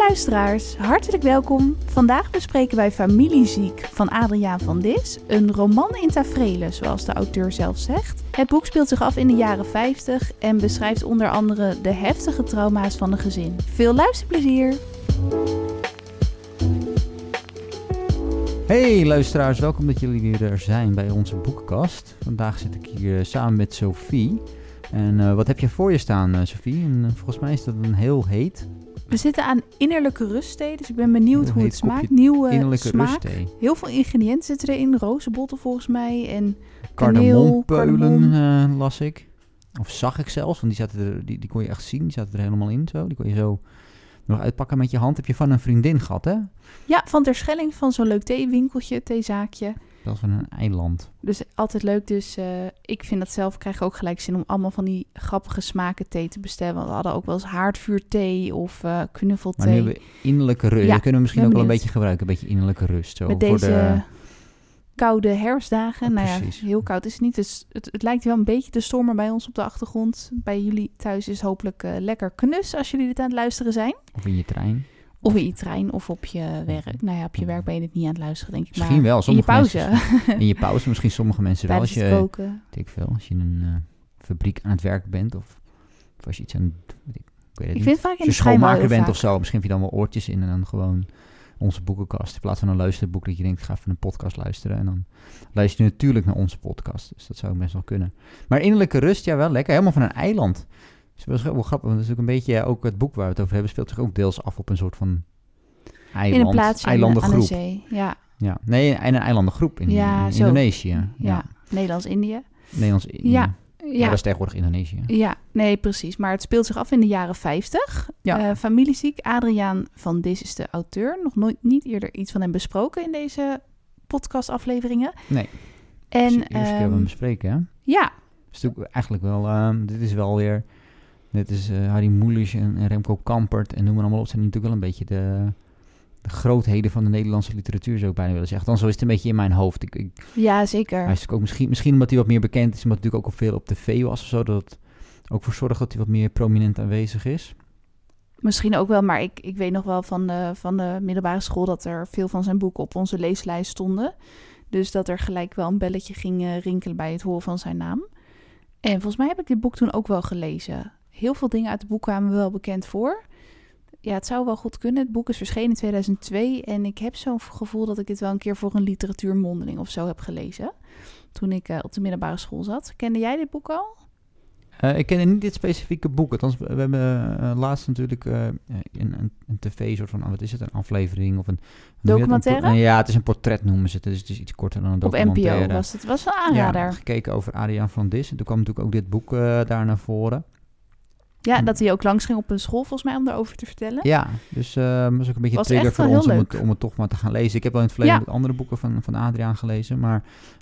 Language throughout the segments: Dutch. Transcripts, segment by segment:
luisteraars, hartelijk welkom. Vandaag bespreken wij Familieziek van Adriaan van Dis, een roman in taferelen, zoals de auteur zelf zegt. Het boek speelt zich af in de jaren 50 en beschrijft onder andere de heftige trauma's van een gezin. Veel luisterplezier! Hey luisteraars, welkom dat jullie weer er zijn bij onze boekenkast. Vandaag zit ik hier samen met Sophie. En wat heb je voor je staan, Sophie? En volgens mij is dat een heel heet. We zitten aan innerlijke rustthee, dus ik ben benieuwd hoe het smaakt. Nieuwe innerlijke smaak. rustthee. Heel veel ingrediënten zitten erin, rozenbotten volgens mij en Kardemompeulen las ik. Of zag ik zelfs, want die kon je echt zien. Die zaten er helemaal in zo. Die kon je zo nog uitpakken met je hand. Heb je van een vriendin gehad, hè? Ja, van Terschelling, van zo'n leuk theewinkeltje, theezaakje. Dat is van een eiland. Dus altijd leuk. Dus ik vind dat zelf, krijg ook gelijk zin om allemaal van die grappige smaken thee te bestellen. Want we hadden ook wel eens haardvuurthee of knuffelthee. Maar nu hebben we innerlijke rust. Ja, dat kunnen we misschien ook wel een benieuwd. beetje gebruiken. Een beetje innerlijke rust. Zo, met voor deze koude herfstdagen. Nou ja, precies. heel koud is het niet. Dus het lijkt wel een beetje te stormen bij ons op de achtergrond. Bij jullie thuis is het hopelijk lekker knus als jullie dit aan het luisteren zijn. Of in je trein. Of in je trein of op je werk. Nou ja, op je werk ben je het niet aan het luisteren, denk ik. Misschien maar wel. in je pauze. In je pauze, misschien sommige mensen wel. Tijdens Als het je, koken. weet ik veel, als je in een fabriek aan het werk bent of als je iets aan ik weet het Ik niet. vind vaak in Als je de trein wel schoonmaker heel bent vaak. of zo, misschien heb je dan wel oortjes in en dan gewoon onze boekenkast. In plaats van een luisterboek dat je denkt, ik ga even een podcast luisteren. En dan luister je natuurlijk naar onze podcast. Dus dat zou best wel kunnen. Maar innerlijke rust, ja wel lekker. Helemaal van een eiland. Dat is wel grappig, want dat is ook een beetje, ook het boek waar we het over hebben, speelt zich ook deels af op een soort van eiland, In een plaatsje aan eilandengroep. de zee, ja. Ja, nee, en een eilandengroep in, Ja, in zo. Indonesië. Ja, Nederlands-Indië. Nederlands-Indië. Ja, Ja, dat is tegenwoordig Indonesië. Ja, nee, precies. Maar het speelt zich af in de jaren 50. Ja. Familieziek, Adriaan van Dis is de auteur. Nog nooit niet eerder iets van hem besproken in deze podcastafleveringen. Nee, En, dat is de eerste keer dat we hem bespreken, hè? Ja, Dat is natuurlijk eigenlijk wel, dit is wel weer, dit is Harry Mulisch en Remco Kampert en noem maar allemaal op. Zijn natuurlijk wel een beetje de grootheden van de Nederlandse literatuur, zou ik bijna willen zeggen. Dan zo is het een beetje in mijn hoofd. ja, zeker. Hij is ook misschien omdat hij wat meer bekend is, omdat hij natuurlijk ook op veel op tv was of zo, dat het ook voor zorgt dat hij wat meer prominent aanwezig is. Misschien ook wel, maar ik weet nog wel van de middelbare school dat er veel van zijn boeken op onze leeslijst stonden. Dus dat er gelijk wel een belletje ging rinkelen bij het horen van zijn naam. En volgens mij heb ik dit boek toen ook wel gelezen. Heel veel dingen uit het boek kwamen me wel bekend voor. Ja, het zou wel goed kunnen. Het boek is verschenen in 2002 en ik heb zo'n gevoel dat ik dit wel een keer voor een literatuurmondeling of zo heb gelezen. Toen ik op de middelbare school zat. Kende jij dit boek al? Ik ken niet dit specifieke boek. Althans, we hebben laatst natuurlijk een tv-soort van, wat is het, een aflevering of een documentaire? Ja, het is een portret noemen ze het. Dus het is iets korter dan een documentaire. Op NPO was het. Was wel een aanrader. Ja, gekeken over Adriaan van Dis. En toen kwam natuurlijk ook dit boek daar naar voren. Ja, dat hij ook langs ging op een school volgens mij om daarover te vertellen. Ja, dus dat was ook een beetje Was een trigger echt wel voor ons heel om het toch maar te gaan lezen. Ik heb wel in het verleden Ja. ook andere boeken van Adriaan gelezen, maar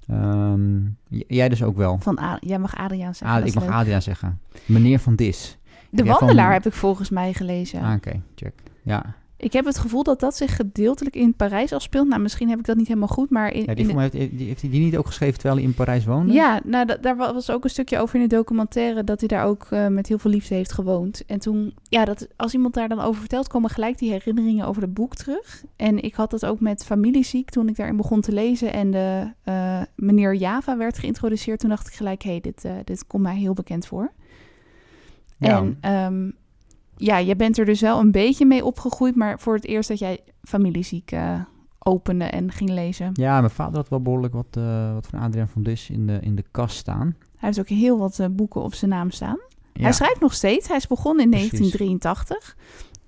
jij dus ook wel. Jij mag Adriaan zeggen. dat Ik is mag leuk. Adriaan zeggen. Meneer van Dis. De Heb jij Wandelaar van- heb ik volgens mij gelezen. Oké, check. Ja. Ik heb het gevoel dat dat zich gedeeltelijk in Parijs afspeelt. Nou, misschien heb ik dat niet helemaal goed, maar Ja, heeft hij die niet ook geschreven terwijl hij in Parijs woonde? Ja, nou, daar was ook een stukje over in de documentaire dat hij daar ook met heel veel liefde heeft gewoond. En toen, ja, als iemand daar dan over vertelt, komen gelijk die herinneringen over het boek terug. En ik had dat ook met Familieziek toen ik daarin begon te lezen en de meneer Java werd geïntroduceerd. Toen dacht ik gelijk, dit komt mij heel bekend voor. Ja. En ja, jij bent er dus wel een beetje mee opgegroeid, maar voor het eerst dat jij Familieziek opende en ging lezen. Ja, mijn vader had wel behoorlijk wat van Adriaan van Dis in de kast staan. Hij heeft ook heel wat boeken op zijn naam staan. Ja. Hij schrijft nog steeds. Hij is begonnen in Precies. 1983.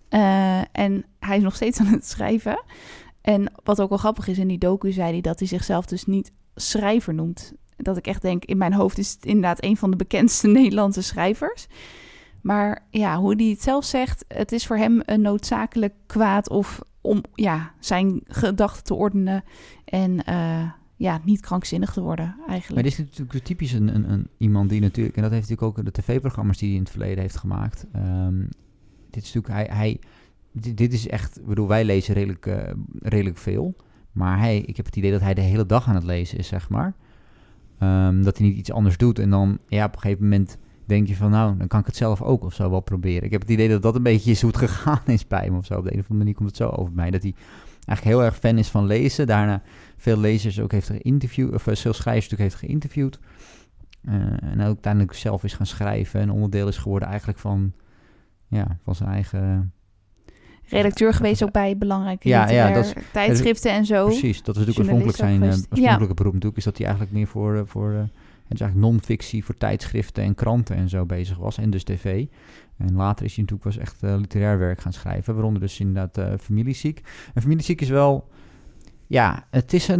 En hij is nog steeds aan het schrijven. En wat ook wel grappig is, in die docu zei hij dat hij zichzelf dus niet schrijver noemt. Dat ik echt denk, in mijn hoofd is het inderdaad een van de bekendste Nederlandse schrijvers. Maar ja, hoe hij het zelf zegt, het is voor hem een noodzakelijk kwaad of om zijn gedachten te ordenen en niet krankzinnig te worden eigenlijk. Maar dit is natuurlijk typisch een iemand die natuurlijk, en dat heeft natuurlijk ook de tv-programma's die hij in het verleden heeft gemaakt. Dit is natuurlijk, dit is echt, ik bedoel, wij lezen redelijk veel. Maar ik heb het idee dat hij de hele dag aan het lezen is, zeg maar. Dat hij niet iets anders doet. En dan, ja, op een gegeven moment denk je van, nou, dan kan ik het zelf ook of zo wel proberen. Ik heb het idee dat dat een beetje is hoe het gegaan is bij hem of zo. Op de een of andere manier komt het zo over mij. Dat hij eigenlijk heel erg fan is van lezen. Daarna veel lezers ook heeft geïnterviewd, of veel schrijvers natuurlijk heeft geïnterviewd. En ook uiteindelijk zelf is gaan schrijven. En onderdeel is geworden eigenlijk van zijn eigen... Redacteur geweest ook bij belangrijke tijdschriften en zo. Precies, dat was natuurlijk oorspronkelijk zijn oorspronkelijke beroep natuurlijk. Is dat hij eigenlijk meer voor het is eigenlijk non-fictie voor tijdschriften en kranten en zo bezig was. En dus tv. En later is hij natuurlijk was echt literair werk gaan schrijven. Waaronder dus inderdaad Familieziek. En Familieziek is wel... Ja, het is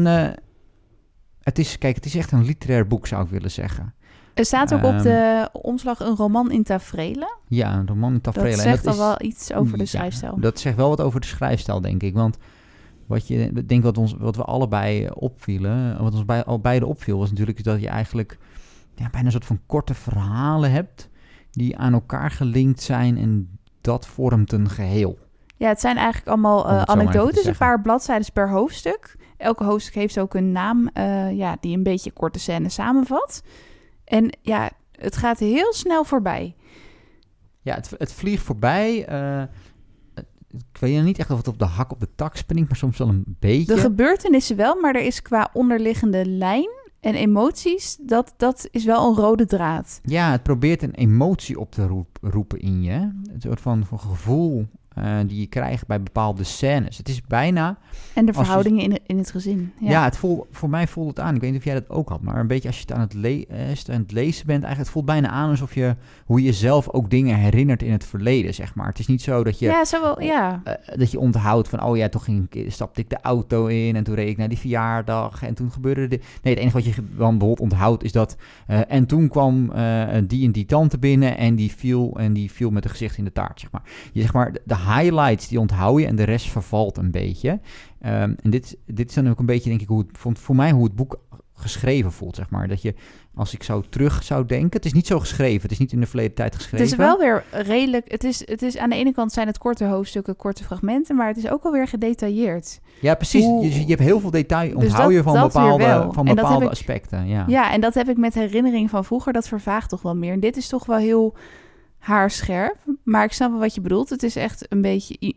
echt een literair boek, zou ik willen zeggen. Er staat ook op de omslag een roman in taferelen. Ja, een roman in taferelen. Dat zegt al wel iets over de schrijfstijl. Dat zegt wel wat over de schrijfstijl, denk ik. Want wat we allebei opvielen, wat ons beide opviel, was natuurlijk dat je eigenlijk bijna een soort van korte verhalen hebt die aan elkaar gelinkt zijn en dat vormt een geheel. Ja, het zijn eigenlijk allemaal anekdotes, een paar bladzijden per hoofdstuk. Elke hoofdstuk heeft ook een naam die een beetje korte scène samenvat. En ja, het gaat heel snel voorbij. Ja, het vliegt voorbij. Ik weet niet echt of het op de hak op de tak springt, maar soms wel een beetje. De gebeurtenissen wel, maar er is qua onderliggende lijn en emoties, dat is wel een rode draad. Ja, het probeert een emotie op te roepen in je. Een soort van gevoel die je krijgt bij bepaalde scènes. Het is bijna... En de verhoudingen in het gezin. Ja, voor mij voelt het aan. Ik weet niet of jij dat ook had, maar een beetje als je het aan het lezen bent, eigenlijk het voelt bijna aan alsof hoe je zelf ook dingen herinnert in het verleden, zeg maar. Het is niet zo dat je... Ja, zo wel, ja. Dat je onthoudt van, toen stapte ik de auto in en toen reed ik naar die verjaardag en toen gebeurde dit. Nee, het enige wat je dan bijvoorbeeld onthoudt is dat... en toen kwam die en die tante binnen en die viel met een gezicht in de taart, zeg maar. Zeg maar, de highlights die onthoud je en de rest vervalt een beetje. En dit is dan ook een beetje, denk ik, voor mij hoe het boek geschreven voelt, zeg maar. Dat je, als ik terug zou denken... Het is niet zo geschreven, het is niet in de verleden tijd geschreven. Het is wel weer redelijk... Het is aan de ene kant zijn het korte hoofdstukken, korte fragmenten, maar het is ook alweer gedetailleerd. Ja, precies. Je hebt heel veel detail, onthoud je van bepaalde aspecten. Ja, en dat heb ik met herinnering van vroeger, dat vervaagt toch wel meer. En dit is toch wel heel haarscherp, maar ik snap wel wat je bedoelt. Het is echt een beetje,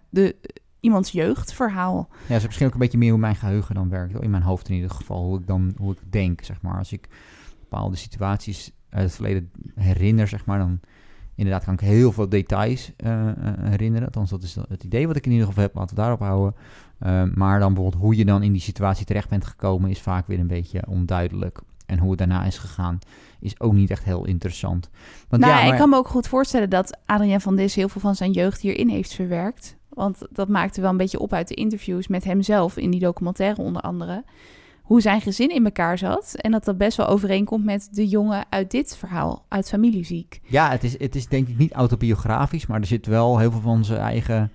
iemands jeugdverhaal. Ja, het is misschien ook een beetje meer hoe mijn geheugen dan werkt. In mijn hoofd in ieder geval, hoe ik denk, zeg maar. Als ik bepaalde situaties uit het verleden herinner, zeg maar, dan inderdaad kan ik heel veel details herinneren. Althans, dat is het idee wat ik in ieder geval heb. Laten we daarop houden. Maar dan bijvoorbeeld hoe je dan in die situatie terecht bent gekomen, is vaak weer een beetje onduidelijk. En hoe het daarna is gegaan, is ook niet echt heel interessant. Want ik kan me ook goed voorstellen dat Adrien van Dis heel veel van zijn jeugd hierin heeft verwerkt. Want dat maakte wel een beetje op uit de interviews met hemzelf in die documentaire onder andere. Hoe zijn gezin in elkaar zat. En dat best wel overeenkomt met de jongen uit dit verhaal, uit Familieziek. Ja, het is denk ik niet autobiografisch, maar er zit wel heel veel van zijn eigen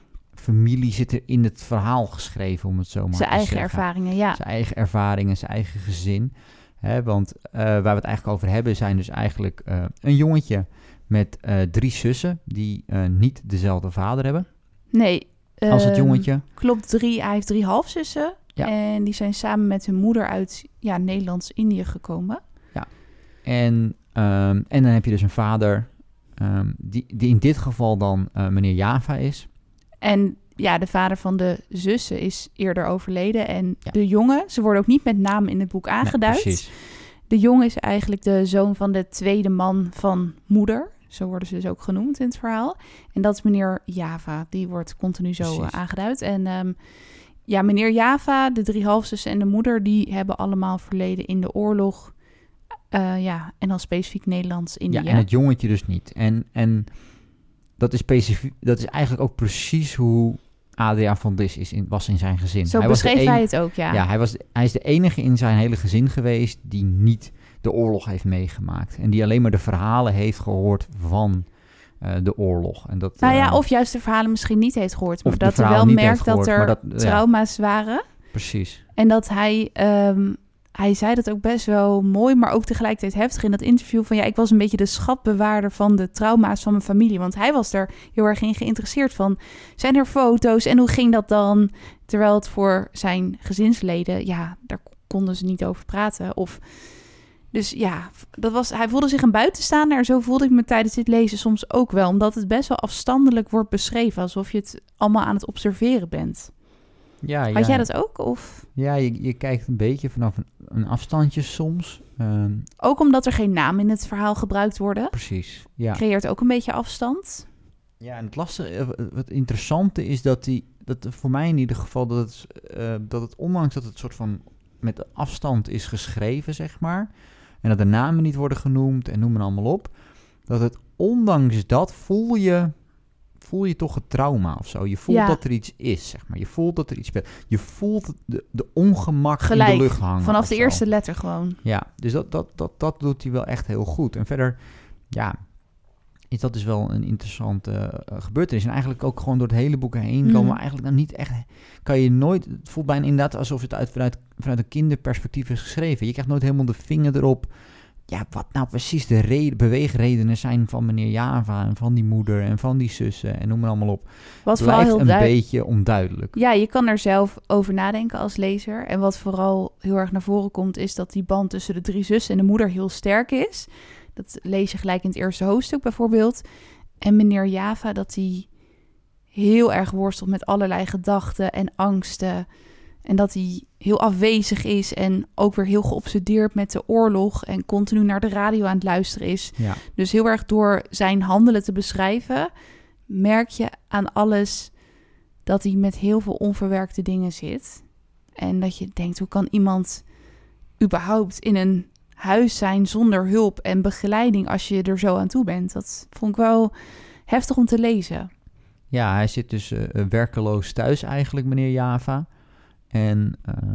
familie zit er in het verhaal geschreven, om het zo maar te zeggen. Zijn eigen ervaringen, ja. Zijn eigen ervaringen, zijn eigen gezin. Want waar we het eigenlijk over hebben zijn dus eigenlijk een jongetje met 3 zussen die niet dezelfde vader hebben. Nee. Als het jongetje. Klopt, hij heeft 3 halfzussen. Ja. En die zijn samen met hun moeder uit Nederlands-Indië gekomen. Ja. En dan heb je dus een vader die in dit geval dan meneer Java is. En de vader van de zussen is eerder overleden. En de jongen, ze worden ook niet met naam in het boek aangeduid. Nee, precies. De jongen is eigenlijk de zoon van de tweede man van moeder. Zo worden ze dus ook genoemd in het verhaal. En dat is meneer Java. Die wordt continu zo aangeduid. En meneer Java, de 3 halfzussen en de moeder, die hebben allemaal verleden in de oorlog. En dan specifiek Nederlands-Indië. Ja, en het jongetje dus niet. En dat is specifiek, dat is eigenlijk ook precies hoe Adriaan van Dis was in zijn gezin. Zo beschreef hij het ook, ja. Ja, hij is de enige in zijn hele gezin geweest die niet de oorlog heeft meegemaakt. En die alleen maar de verhalen heeft gehoord van de oorlog. En dat, of juist de verhalen misschien niet heeft gehoord. Maar dat er wel merkt dat er trauma's waren. Precies. En dat hij zei dat ook best wel mooi, maar ook tegelijkertijd heftig in dat interview van ik was een beetje de schatbewaarder van de trauma's van mijn familie. Want hij was er heel erg in geïnteresseerd van, zijn er foto's en hoe ging dat dan? Terwijl het voor zijn gezinsleden, daar konden ze niet over praten. Dus ja, hij voelde zich een buitenstaander. En zo voelde ik me tijdens dit lezen soms ook wel. Omdat het best wel afstandelijk wordt beschreven. Alsof je het allemaal aan het observeren bent. Had jij dat ook? Of? Ja, je kijkt een beetje vanaf een afstandje soms. Ook omdat er geen naam in het verhaal gebruikt worden. Precies, ja. Creëert ook een beetje afstand. Ja, en het lastige, het interessante is dat voor mij in ieder geval, dat het ondanks dat het soort van met afstand is geschreven, zeg maar, en dat de namen niet worden genoemd en noem maar allemaal op, dat het ondanks dat voel je toch het trauma of zo. Je voelt dat er iets is, zeg maar. Je voelt dat er iets speelt. Je voelt de ongemak gelijk, in de lucht hangen. Vanaf de eerste letter gewoon. Ja, dus dat doet hij wel echt heel goed. En verder, ja, is dat dus wel een interessante gebeurtenis. En eigenlijk ook gewoon door het hele boek heen komen we eigenlijk dan niet echt... Kan je nooit... Het voelt bijna inderdaad alsof het vanuit een kinderperspectief is geschreven. Je krijgt nooit helemaal de vinger erop... Ja, wat nou precies de beweegredenen zijn van meneer Java... en van die moeder en van die zussen en noem maar allemaal op. Wat blijft heel een beetje onduidelijk. Ja, je kan er zelf over nadenken als lezer. En wat vooral heel erg naar voren komt... is dat die band tussen de 3 zussen en de moeder heel sterk is... Dat lees je gelijk in het eerste hoofdstuk bijvoorbeeld. En meneer Java, dat hij heel erg worstelt met allerlei gedachten en angsten. En dat hij heel afwezig is en ook weer heel geobsedeerd met de oorlog. En continu naar de radio aan het luisteren is. Ja. Dus heel erg door zijn handelen te beschrijven, merk je aan alles dat hij met heel veel onverwerkte dingen zit. En dat je denkt, hoe kan iemand überhaupt in een huis zijn zonder hulp en begeleiding als je er zo aan toe bent. Dat vond ik wel heftig om te lezen. Ja, hij zit dus werkeloos thuis eigenlijk, meneer Java. En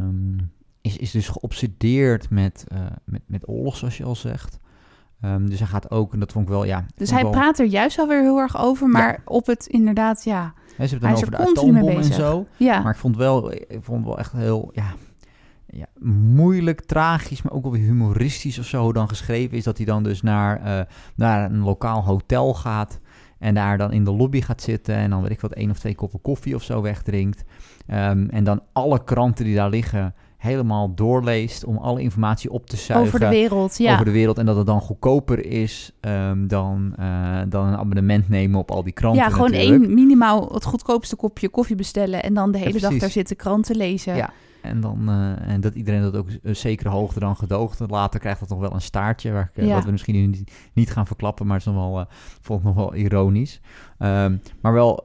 is dus geobsedeerd met oorlog, zoals je al zegt. Dus hij gaat ook, en dat vond ik wel, ja... Dus hij praat er juist alweer heel erg over, maar op het inderdaad, ja... Hij zit dan over de atoombom en zo. Ja. Maar ik vond het wel echt heel... Ja, moeilijk, tragisch, maar ook wel weer humoristisch of zo dan geschreven is. Dat hij dan dus naar een lokaal hotel gaat en daar dan in de lobby gaat zitten en dan weet ik wat 1 of 2 koppen koffie of zo wegdrinkt. En dan alle kranten die daar liggen helemaal doorleest om alle informatie op te zuigen. Over de wereld, ja. Over de wereld en dat het dan goedkoper is dan een abonnement nemen op al die kranten. Ja, gewoon natuurlijk. minimaal het goedkoopste kopje koffie bestellen en dan de hele dag daar zitten kranten lezen. Ja. En dat iedereen dat ook een zekere hoogte dan gedoogt. Later krijgt dat nog wel een staartje, wat we misschien nu niet gaan verklappen, maar het is nog wel, vond ik nog wel ironisch. Maar wel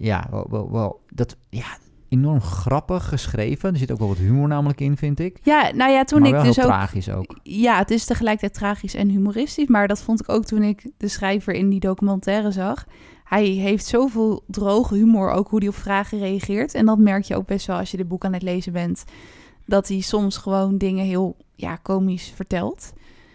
enorm grappig geschreven. Er zit ook wel wat humor namelijk in, vind ik. Ja, nou ja, toen maar ik wel dus heel ook... tragisch ook. Ja, het is tegelijkertijd tragisch en humoristisch, maar dat vond ik ook toen ik de schrijver in die documentaire zag. Hij heeft zoveel droge humor, ook hoe hij op vragen reageert. En dat merk je ook best wel als je dit boek aan het lezen bent. Dat hij soms gewoon dingen heel komisch vertelt.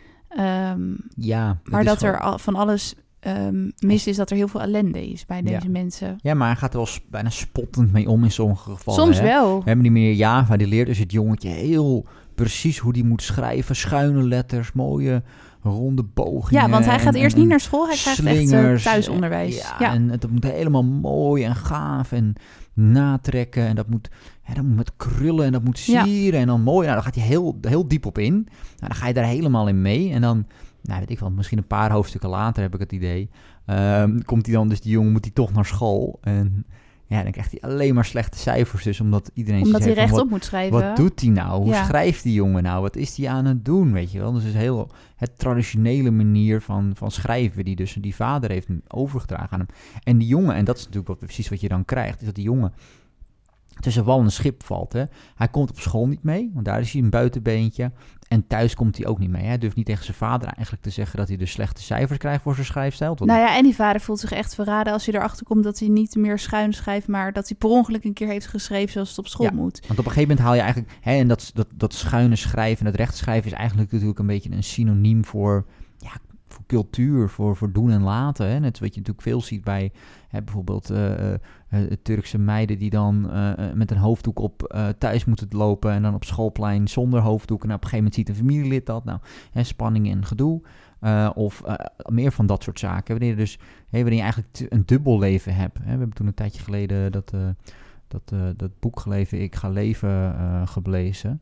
Maar dat er van alles mis is, dat er heel veel ellende is bij deze mensen. Ja, maar hij gaat er wel bijna spottend mee om in sommige gevallen. Soms wel. We hebben die meneer Java, die leert dus het jongetje heel precies hoe die moet schrijven. Schuine letters, mooie... ronde pogingen. Ja, want hij gaat eerst niet naar school. Hij krijgt slingers, echt thuisonderwijs. Ja, en het moet helemaal mooi en gaaf en natrekken. En dat moet met krullen en dat moet sieren en dan mooi. Nou, daar gaat hij heel diep op in. Nou, dan ga je daar helemaal in mee. En dan, weet ik wel, misschien een paar hoofdstukken later heb ik het idee. Komt hij dan, dus die jongen moet hij toch naar school. En ja, dan krijgt hij alleen maar slechte cijfers. Dus omdat hij rechtop moet schrijven. Wat doet hij nou? Hoe schrijft die jongen nou? Wat is hij aan het doen? Weet je wel? Dus het is heel het traditionele manier van schrijven die dus die vader heeft overgedragen aan hem. En die jongen, en dat is natuurlijk precies wat je dan krijgt, is dat die jongen tussen wal en schip valt. Hè? Hij komt op school niet mee, want daar is hij een buitenbeentje. En thuis komt hij ook niet mee. Hij durft niet tegen zijn vader eigenlijk te zeggen dat hij dus slechte cijfers krijgt voor zijn schrijfstijl. En die vader voelt zich echt verraden als hij erachter komt dat hij niet meer schuin schrijft, maar dat hij per ongeluk een keer heeft geschreven zoals het op school moet. Want op een gegeven moment haal je eigenlijk... en dat schuine schrijven en dat rechtschrijven is eigenlijk natuurlijk een beetje een synoniem voor cultuur, voor doen en laten. Hè? Net wat je natuurlijk veel ziet bij bijvoorbeeld Turkse meiden die dan met een hoofddoek op thuis moeten lopen en dan op schoolplein zonder hoofddoek. En op een gegeven moment ziet een familielid dat. Nou, spanning en gedoe. Of meer van dat soort zaken. Waarin je eigenlijk een dubbel leven hebt. We hebben toen een tijdje geleden dat boek gelezen, Ik ga leven, gelezen.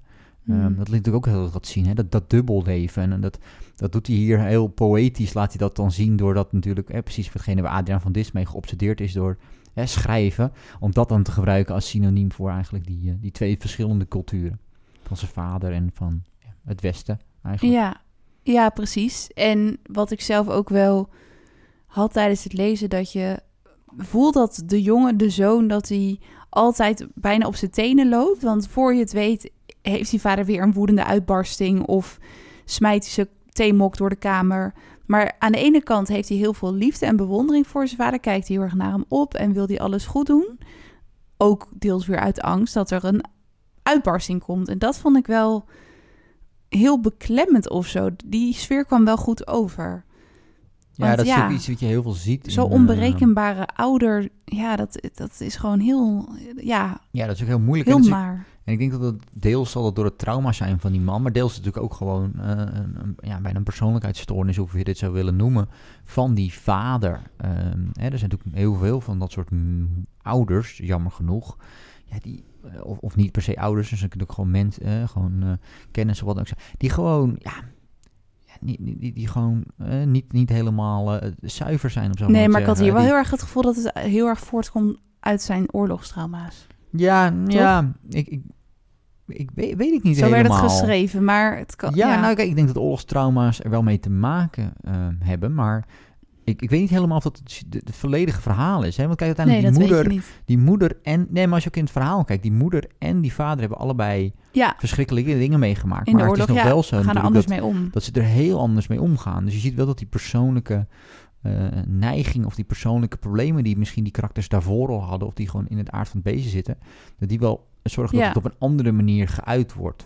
Dat liet natuurlijk ook heel wat zien, hè? Dat dubbelleven. En dat doet hij hier heel poëtisch, laat hij dat dan zien, doordat natuurlijk, precies watgene waar Adriaan van Dis mee geobsedeerd is door schrijven, om dat dan te gebruiken als synoniem voor eigenlijk die twee verschillende culturen. Van zijn vader en van het Westen eigenlijk. Ja, precies. En wat ik zelf ook wel had tijdens het lezen, dat je voelt dat de jongen, de zoon, dat hij altijd bijna op zijn tenen loopt. Want voor je het weet, heeft die vader weer een woedende uitbarsting of smijt hij zijn theemok door de kamer. Maar aan de ene kant heeft hij heel veel liefde en bewondering voor zijn vader, kijkt hij heel erg naar hem op en wil hij alles goed doen. Ook deels weer uit angst dat er een uitbarsting komt. En dat vond ik wel heel beklemmend of zo. Die sfeer kwam wel goed over. Ja, want dat is ook iets wat je heel veel ziet. Zo'n onberekenbare ouder, dat is gewoon heel, Ja, dat is ook heel moeilijk. Heel naar. En ik denk dat het deels zal het door het trauma zijn van die man, maar deels natuurlijk ook gewoon bijna een persoonlijkheidsstoornis, of je dit zou willen noemen, van die vader. Er zijn natuurlijk heel veel van dat soort ouders, jammer genoeg, die, of niet per se ouders, dus ook gewoon mensen, gewoon kennis of wat dan ook, die gewoon, die gewoon niet helemaal zuiver zijn. Of zo nee, maar ik had hier wel heel erg het gevoel dat het heel erg voortkomt uit zijn oorlogstrauma's. Ja, ik weet het niet zo helemaal. Zo werd het geschreven, maar het kan... Ja, nou kijk, ik denk dat oorlogstrauma's er wel mee te maken hebben, maar ik weet niet helemaal of dat het volledige verhaal is. Hè? Want kijk, uiteindelijk die moeder en... Nee, maar als je ook in het verhaal kijkt, die moeder en die vader hebben allebei verschrikkelijke dingen meegemaakt. In de oorlog, het is nog wel zo gaan er anders mee om. Dat ze er heel anders mee omgaan. Dus je ziet wel dat die persoonlijke neiging of die persoonlijke problemen die misschien die karakters daarvoor al hadden, of die gewoon in het aard van het beestje zitten, dat die wel zorgen dat het op een andere manier geuit wordt.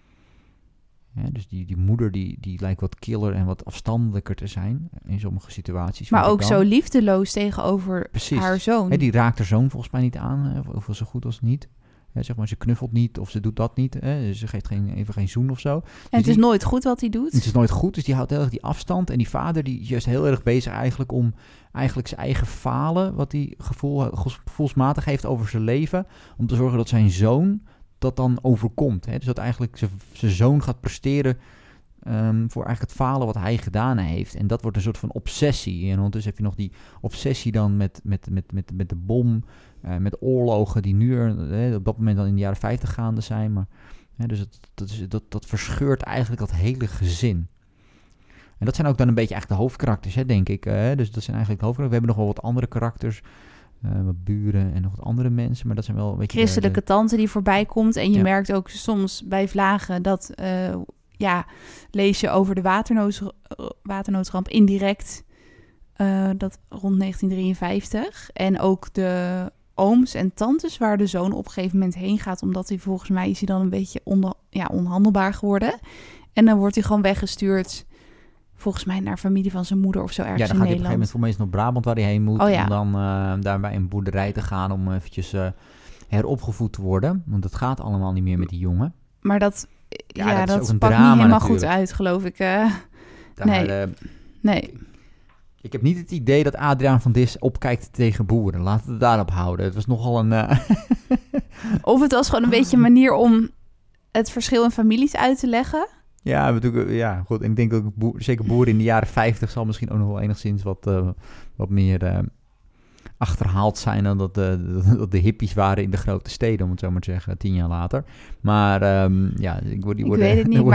Ja, dus die moeder die lijkt wat killer en wat afstandelijker te zijn in sommige situaties. Maar ook zo liefdeloos tegenover haar zoon. Die raakt haar zoon volgens mij niet aan, of zo goed als niet. Zeg maar, ze knuffelt niet of ze doet dat niet. Ze geeft even geen zoen of zo. En dus het is nooit goed wat hij doet. Het is nooit goed, dus die houdt heel erg die afstand. En die vader die is juist heel erg bezig eigenlijk om zijn eigen falen, wat hij gevoelsmatig heeft over zijn leven, om te zorgen dat zijn zoon dat dan overkomt. Hè? Dus dat eigenlijk zijn zoon gaat presteren voor eigenlijk het falen wat hij gedaan heeft. En dat wordt een soort van obsessie. En ondertussen heb je nog die obsessie dan met de bom, met oorlogen die nu op dat moment dan in de jaren 50 gaande zijn. Maar, dus dat verscheurt eigenlijk dat hele gezin. En dat zijn ook dan een beetje eigenlijk de hoofdkarakters, denk ik. Dus dat zijn eigenlijk de hoofdkarakters. We hebben nog wel wat andere karakters. Wat buren en nog wat andere mensen, maar dat zijn wel een beetje... Christelijke tante die voorbij komt. En je merkt ook soms bij vlagen dat... lees je over de waternoodramp indirect. Dat rond 1953. En ook de ooms en tantes waar de zoon op een gegeven moment heen gaat. Omdat hij volgens mij is hij dan een beetje onhandelbaar geworden. En dan wordt hij gewoon weggestuurd... Volgens mij naar familie van zijn moeder of zo ergens in Nederland. Ja, dan gaat hij op een gegeven moment voor Brabant waar hij heen moet. Om dan daar bij een boerderij te gaan om eventjes heropgevoed te worden. Want het gaat allemaal niet meer met die jongen. Maar dat pakt niet helemaal goed uit, geloof ik. Nee. Ik heb niet het idee dat Adriaan van Dis opkijkt tegen boeren. Laten we het daarop houden. Het was nogal een... Of het was gewoon een beetje een manier om het verschil in families uit te leggen. Ja, goed. En ik denk ook zeker boeren in de jaren 50 zal misschien ook nog wel enigszins wat meer achterhaald zijn dan dat de hippies waren in de grote steden, om het zo maar te zeggen, 10 jaar later. Maar ik weet het niet,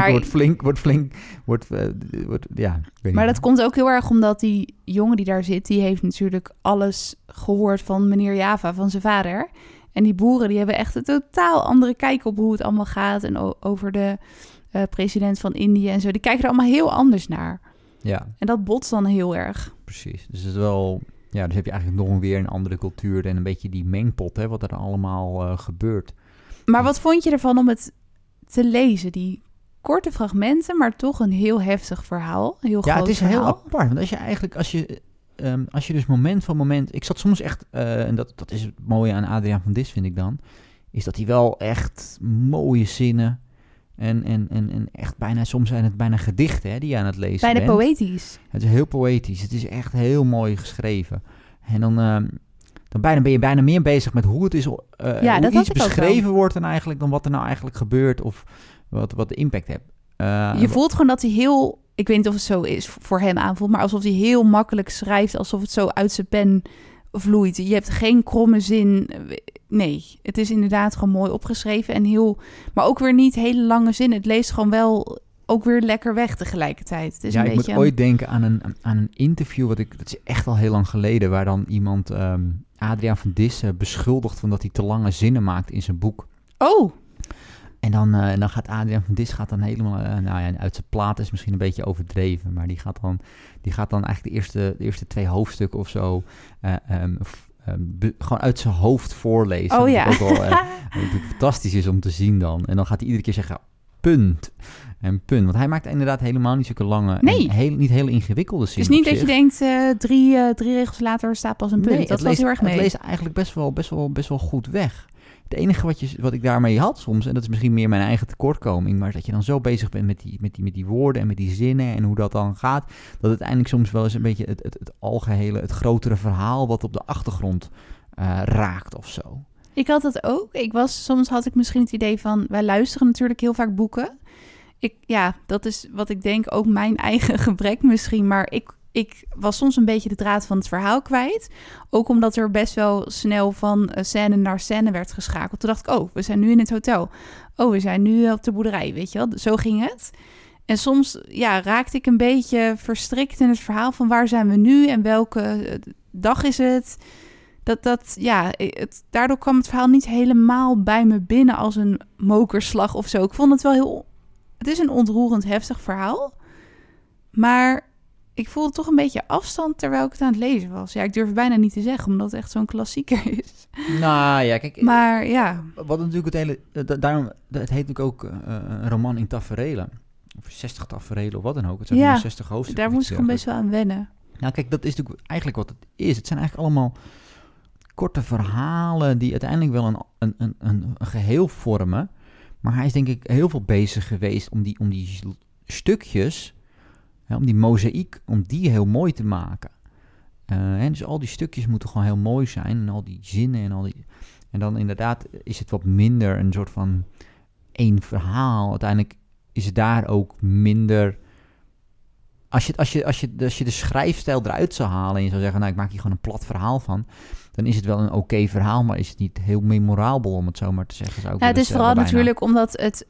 maar dat komt ook heel erg omdat die jongen die daar zit, die heeft natuurlijk alles gehoord van meneer Java, van zijn vader. En die boeren die hebben echt een totaal andere kijk op hoe het allemaal gaat en over de president van Indië en zo. Die kijken er allemaal heel anders naar. Ja. En dat botst dan heel erg. Precies. Dus het is wel... Ja, dus heb je eigenlijk nog weer een andere cultuur en een beetje die mengpot, wat er allemaal gebeurt. Maar wat vond je ervan om het te lezen? Die korte fragmenten, maar toch een heel heftig verhaal. Heel groot verhaal. Ja, het is heel apart. Want als je dus moment van moment... Ik zat soms echt... en dat is het mooie aan Adriaan van Dis, vind ik dan... is dat hij wel echt mooie zinnen... En echt bijna, soms zijn het bijna gedichten die je aan het lezen bent. Bijna poëtisch. Het is heel poëtisch. Het is echt heel mooi geschreven. En dan ben je bijna meer bezig met hoe het is, hoe iets beschreven wordt dan wat er nou eigenlijk gebeurt. Of wat de impact heeft. Je voelt gewoon dat hij heel... Ik weet niet of het zo is voor hem aanvoelt, maar alsof hij heel makkelijk schrijft, alsof het zo uit zijn pen vloeit. Je hebt geen kromme zin. Nee, het is inderdaad gewoon mooi opgeschreven en maar ook weer niet hele lange zinnen. Het leest gewoon wel ook weer lekker weg tegelijkertijd. Het is ja, een ik beetje... moet ooit denken aan een interview, dat is echt al heel lang geleden, waar dan iemand Adriaan van Dissen beschuldigt van dat hij te lange zinnen maakt in zijn boek. Oh! En dan gaat Adriaan van Dis helemaal uit zijn plaat, is misschien een beetje overdreven, maar die gaat dan eigenlijk de eerste 2 hoofdstukken of zo gewoon uit zijn hoofd voorlezen. Oh ja. Wat ook wel fantastisch is om te zien dan. En dan gaat hij iedere keer zeggen punt en punt. Want hij maakt inderdaad helemaal niet zulke lange en niet hele ingewikkelde zinnen. Het is niet dat je denkt, drie regels later staat pas een punt. Nee, dat was heel erg mee. Het leest eigenlijk best wel goed weg. Het enige wat ik daarmee had soms, en dat is misschien meer mijn eigen tekortkoming, maar dat je dan zo bezig bent met die woorden en met die zinnen en hoe dat dan gaat, dat uiteindelijk soms wel eens een beetje het algehele, het grotere verhaal wat op de achtergrond raakt of zo. Ik had dat ook. Soms had ik misschien het idee van, wij luisteren natuurlijk heel vaak boeken. Dat is wat ik denk ook mijn eigen gebrek misschien, maar ik was soms een beetje de draad van het verhaal kwijt. Ook omdat er best wel snel van scène naar scène werd geschakeld. Toen dacht ik, we zijn nu in het hotel. We zijn nu op de boerderij, weet je wel. Zo ging het. En soms raakte ik een beetje verstrikt in het verhaal van waar zijn we nu en welke dag is het. Daardoor kwam het verhaal niet helemaal bij me binnen als een mokerslag of zo. Ik vond het wel het is een ontroerend heftig verhaal. Maar ik voelde toch een beetje afstand terwijl ik het aan het lezen was. Ja, ik durf het bijna niet te zeggen, omdat het echt zo'n klassieker is. Nou ja, kijk. Maar ja. Wat natuurlijk daarom, het heet natuurlijk ook een roman in taferelen. Of 60 taferelen of wat dan ook. Het zijn 60 hoofdstukken. Daar moest ik gewoon best wel aan wennen. Nou kijk, dat is natuurlijk eigenlijk wat het is. Het zijn eigenlijk allemaal korte verhalen die uiteindelijk wel een geheel vormen. Maar hij is denk ik heel veel bezig geweest om die stukjes, om die mozaïek, om die heel mooi te maken. Dus al die stukjes moeten gewoon heel mooi zijn. En al die zinnen en dan inderdaad is het wat minder een soort van één verhaal. Uiteindelijk is het daar ook minder. Als je de schrijfstijl eruit zou halen en je zou zeggen, ik maak hier gewoon een plat verhaal van, dan is het wel een oké verhaal, maar is het niet heel memorabel, om het zo maar te zeggen. Het is vooral natuurlijk omdat het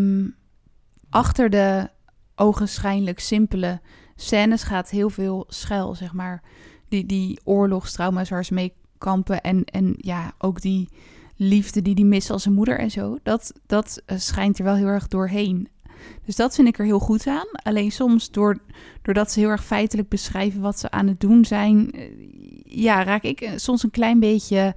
achter de ogenschijnlijk simpele scènes gaat heel veel schuil, zeg maar. Die oorlogstrauma's waar ze mee kampen en ook die liefde die mist als zijn moeder en zo. Dat schijnt er wel heel erg doorheen. Dus dat vind ik er heel goed aan. Alleen soms, doordat ze heel erg feitelijk beschrijven wat ze aan het doen zijn, raak ik soms een klein beetje,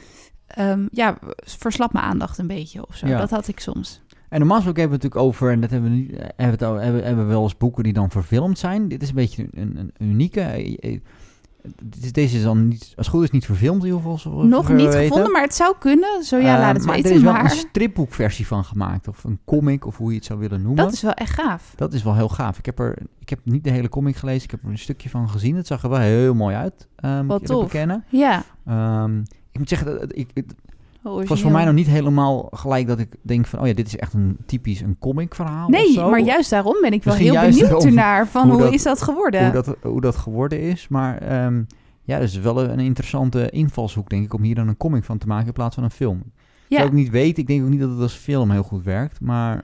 verslap mijn aandacht een beetje of zo. Ja. Dat had ik soms. En normaal gesproken hebben we het natuurlijk over, en dat hebben we wel eens boeken die dan verfilmd zijn. Dit is een beetje een unieke. Deze is dan niet, als het goed is, niet verfilmd in ieder geval. Nog niet gevonden, maar het zou kunnen. Laat het weten. Er is wel een stripboekversie van gemaakt. Of een comic, of hoe je het zou willen noemen. Dat is wel echt gaaf. Dat is wel heel gaaf. Ik heb niet de hele comic gelezen. Ik heb er een stukje van gezien. Het zag er wel heel mooi uit. Wat tof. Bekennen. Ja. Ik moet zeggen, het was voor mij nog niet helemaal gelijk dat ik denk van, dit is echt een comic verhaal. Nee, maar juist daarom ben ik wel heel benieuwd ernaar van hoe is dat geworden. Hoe dat geworden is. Maar dat is wel een interessante invalshoek, denk ik, om hier dan een comic van te maken in plaats van een film. Ja. Zou ik niet weten. Ik denk ook niet dat het als film heel goed werkt. Maar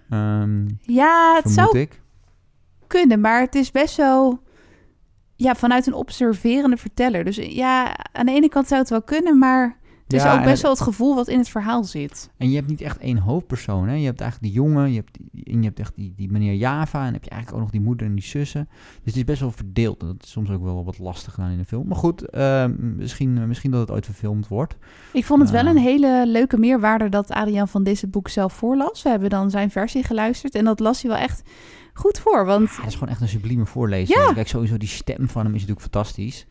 het zou kunnen, maar het is best wel vanuit een observerende verteller. Dus aan de ene kant zou het wel kunnen, maar het is ook best wel het gevoel wat in het verhaal zit. En je hebt niet echt één hoofdpersoon. Hè? Je hebt eigenlijk die jongen, je hebt echt die meneer Java, en dan heb je eigenlijk ook nog die moeder en die zussen. Dus het is best wel verdeeld. Dat is soms ook wel wat lastig gedaan in de film. Maar goed, misschien dat het ooit verfilmd wordt. Ik vond het wel een hele leuke meerwaarde dat Adriaan van Dis het boek zelf voorlas. We hebben dan zijn versie geluisterd en dat las hij wel echt goed voor. Want het is gewoon echt een sublieme voorlezer. Ja. Kijk, sowieso die stem van hem is natuurlijk fantastisch.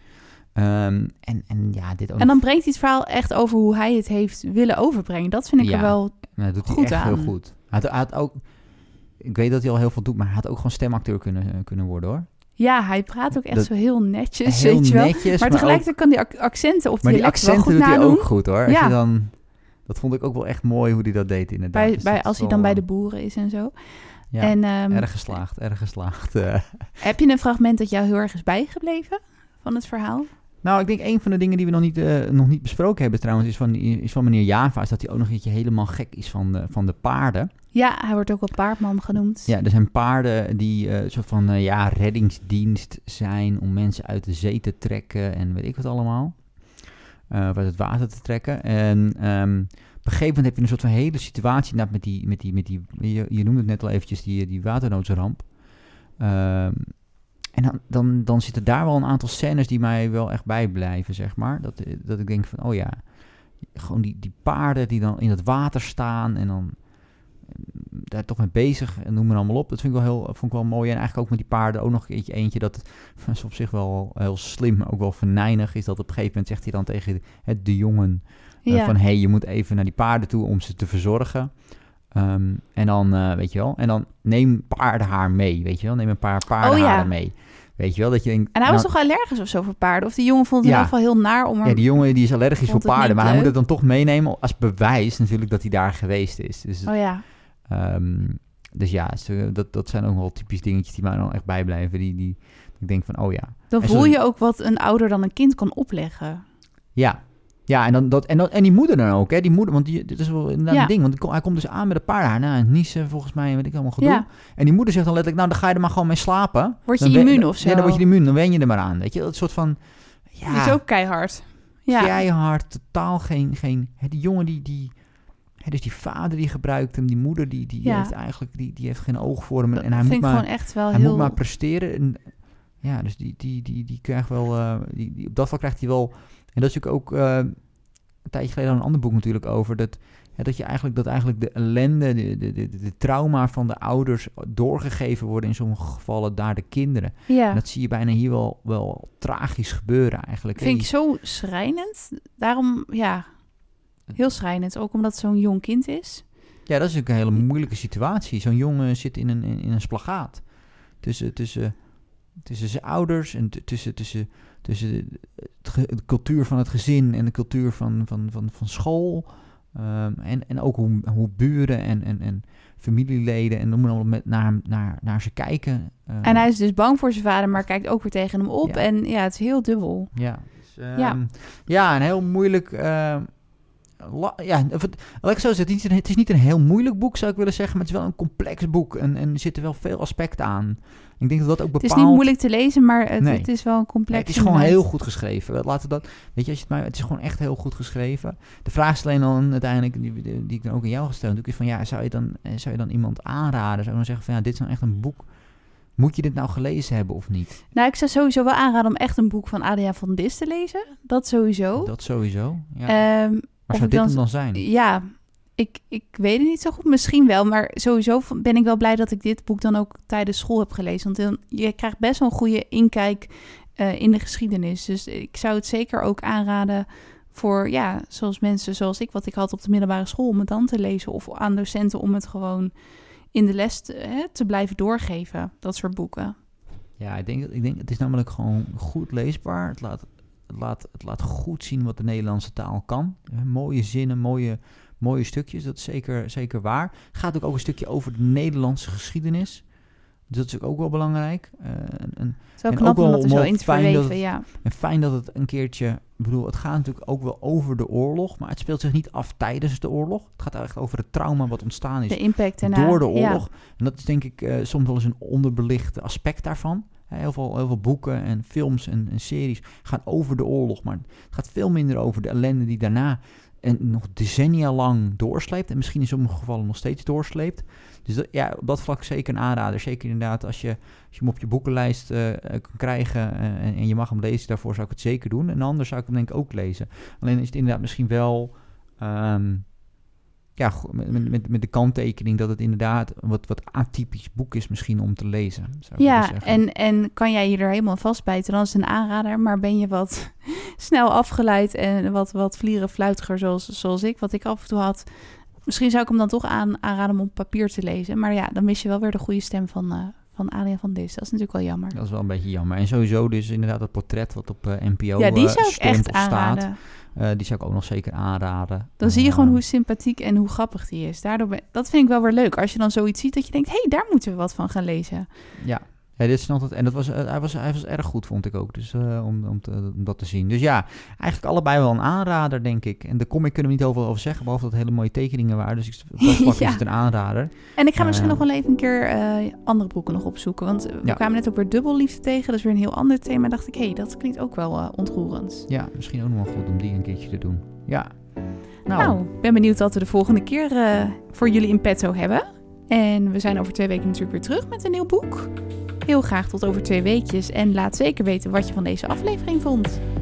Dit ook. En dan brengt hij het verhaal echt over hoe hij het heeft willen overbrengen. Dat vind ik er wel dat doet goed hij echt aan. Heel goed. Hij had ook, ik weet dat hij al heel veel doet, maar hij had ook gewoon stemacteur kunnen worden, hoor. Ja, hij praat ook echt zo heel netjes, weet je wel. Netjes, maar tegelijkertijd kan die accenten of dialecten wel goed nadoen. Maar die accenten doet hij ook goed, hoor. Als je Dat vond ik ook wel echt mooi hoe hij dat deed inderdaad. Dus Als hij dan bij de boeren is en zo. Ja, en, erg geslaagd. Heb je een fragment dat jou heel erg is bijgebleven van het verhaal? Nou, ik denk een van de dingen die we nog niet besproken hebben trouwens... is van meneer Java, is dat hij ook nog een beetje helemaal gek is van de paarden. Ja, hij wordt ook wel paardman genoemd. Ja, er zijn paarden die soort van reddingsdienst zijn... om mensen uit de zee te trekken en weet ik wat allemaal. Of uit het water te trekken. En op een gegeven moment heb je een soort van hele situatie... met die je noemde het net al eventjes, die waternoodsramp... En dan zitten daar wel een aantal scènes die mij wel echt bijblijven, zeg maar. Dat ik denk van, oh ja, gewoon die paarden die dan in het water staan en dan daar toch mee bezig en noem maar allemaal op. Dat vond ik wel mooi. En eigenlijk ook met die paarden ook nog eentje dat is op zich wel heel slim, maar ook wel venijnig is. Dat op een gegeven moment zegt hij dan tegen de jongen van, hey, je moet even naar die paarden toe om ze te verzorgen. En dan, weet je wel, en dan neem paardenhaar mee, weet je wel. Neem een paar paardenharen mee. Weet je wel, dat je denkt... En hij was toch allergisch of zo voor paarden? Of die jongen vond het in ieder geval heel naar om... Ja, die jongen die is allergisch voor paarden, maar hij moet het dan toch meenemen als bewijs natuurlijk dat hij daar geweest is. Dus, dus ja, dat zijn ook wel typisch dingetjes die mij dan echt bijblijven. Die ik denk van, oh ja. Dan voel je ook wat een ouder dan een kind kan opleggen. Ja. Ja, en die moeder dan ook, hè? Die moeder, want dit is wel inderdaad een ding. Want hij komt dus aan met de paardenhaar. Nou, niezen volgens mij, weet ik allemaal gedoe. Ja. En die moeder zegt dan letterlijk, nou, dan ga je er maar gewoon mee slapen. Word je immuun of zo? Ja, dan word je immuun, dan wen je er maar aan. Weet je, dat soort van... Ja, dat is ook keihard. Ja. Keihard, totaal geen die jongen dus die vader die gebruikt hem, die moeder die heeft eigenlijk, die heeft geen oog voor hem. En hij moet maar, echt wel hij moet maar presteren. En, ja, dus die krijgt wel, op dat vlak krijgt hij wel... En dat is natuurlijk ook een tijdje geleden een ander boek natuurlijk over... dat je eigenlijk de ellende, de trauma van de ouders... doorgegeven worden in sommige gevallen naar de kinderen. Ja. En dat zie je bijna hier wel tragisch gebeuren eigenlijk. Vind ik zo schrijnend. Daarom, heel schrijnend. Ook omdat het zo'n jong kind is. Ja, dat is ook een hele moeilijke situatie. Zo'n jongen zit in een splagaat. Tussen zijn ouders en tussen de cultuur van het gezin en de cultuur van school. En ook hoe buren en familieleden en noem maar op naar ze kijken. En hij is dus bang voor zijn vader, maar kijkt ook weer tegen hem op. Ja. En ja, het is heel dubbel. Ja, dus, een heel moeilijk... laat ik zo zeggen, het is niet een heel moeilijk boek, zou ik willen zeggen, maar het is wel een complex boek en er zitten wel veel aspecten aan. Ik denk dat ook bepaalt... Het is niet moeilijk te lezen, maar het is wel een complex. Het is gewoon heel goed geschreven. Laten we dat, weet je, het is gewoon echt heel goed geschreven. De vraag is alleen dan uiteindelijk, die ik dan ook aan jou gesteld heb, is van ja, zou je dan iemand aanraden? Zou je dan zeggen van ja, dit is nou echt een boek. Moet je dit nou gelezen hebben of niet? Nou, ik zou sowieso wel aanraden om echt een boek van Adriaan van Dis te lezen. Dat sowieso. Ja. Maar zou dit hem dan zijn? Ja, ik weet het niet zo goed. Misschien wel, maar sowieso ben ik wel blij dat ik dit boek dan ook tijdens school heb gelezen. Want je krijgt best wel een goede inkijk in de geschiedenis. Dus ik zou het zeker ook aanraden voor, zoals mensen zoals ik, wat ik had op de middelbare school, om het dan te lezen. Of aan docenten om het gewoon in de les te blijven doorgeven. Dat soort boeken. Ja, ik denk het is namelijk gewoon goed leesbaar. Het laat goed zien wat de Nederlandse taal kan. Mooie zinnen, mooie stukjes, dat is zeker waar. Het gaat ook een stukje over de Nederlandse geschiedenis. Dus dat is ook wel belangrijk. Zo knap om dat er zo in te verweven, ja. En fijn dat het een keertje... Ik bedoel, het gaat natuurlijk ook wel over de oorlog, maar het speelt zich niet af tijdens de oorlog. Het gaat echt over het trauma wat ontstaan is de impact door de oorlog. Ja. En dat is denk ik soms wel eens een onderbelicht aspect daarvan. Heel veel boeken en films en series gaan over de oorlog, maar het gaat veel minder over de ellende die daarna en nog decennia lang doorsleept en misschien in sommige gevallen nog steeds doorsleept. Dus op dat vlak zeker een aanrader. Zeker inderdaad als je hem op je boekenlijst kan krijgen en je mag hem lezen, daarvoor zou ik het zeker doen. En anders zou ik hem denk ik ook lezen. Alleen is het inderdaad misschien wel... met de kanttekening dat het inderdaad wat atypisch boek is misschien om te lezen. En kan jij je er helemaal vastbijten, dan is het een aanrader. Maar ben je wat snel afgeleid en wat vlierenfluitiger zoals ik, wat ik af en toe had. Misschien zou ik hem dan toch aanraden om op papier te lezen. Maar ja, dan mis je wel weer de goede stem van van Adriaan van Dis. Dat is natuurlijk wel jammer. Dat is wel een beetje jammer. En sowieso dus inderdaad dat portret wat op NPO Ja, die zou ik stond echt of staat. aanraden. Die zou ik ook nog zeker aanraden. Dan zie je gewoon hoe sympathiek en hoe grappig die is. Dat vind ik wel weer leuk. Als je dan zoiets ziet dat je denkt, daar moeten we wat van gaan lezen. Ja, dit is altijd, en hij was erg goed, vond ik ook. Dus om dat te zien. Dus ja, eigenlijk allebei wel een aanrader, denk ik. En de comic kunnen we niet over zeggen, behalve dat het hele mooie tekeningen waren. Dus op dat vlak is het een aanrader. En ik ga misschien nog wel even een keer andere boeken nog opzoeken. Want we kwamen net ook weer Dubbelliefde tegen. Dat is weer een heel ander thema. Dacht ik, dat klinkt ook wel ontroerend. Ja, misschien ook nog wel goed om die een keertje te doen. Ja. Nou, ik ben benieuwd wat we de volgende keer voor jullie in petto hebben. En we zijn over 2 weken natuurlijk weer terug met een nieuw boek. Heel graag tot over 2 weekjes. En laat zeker weten wat je van deze aflevering vond.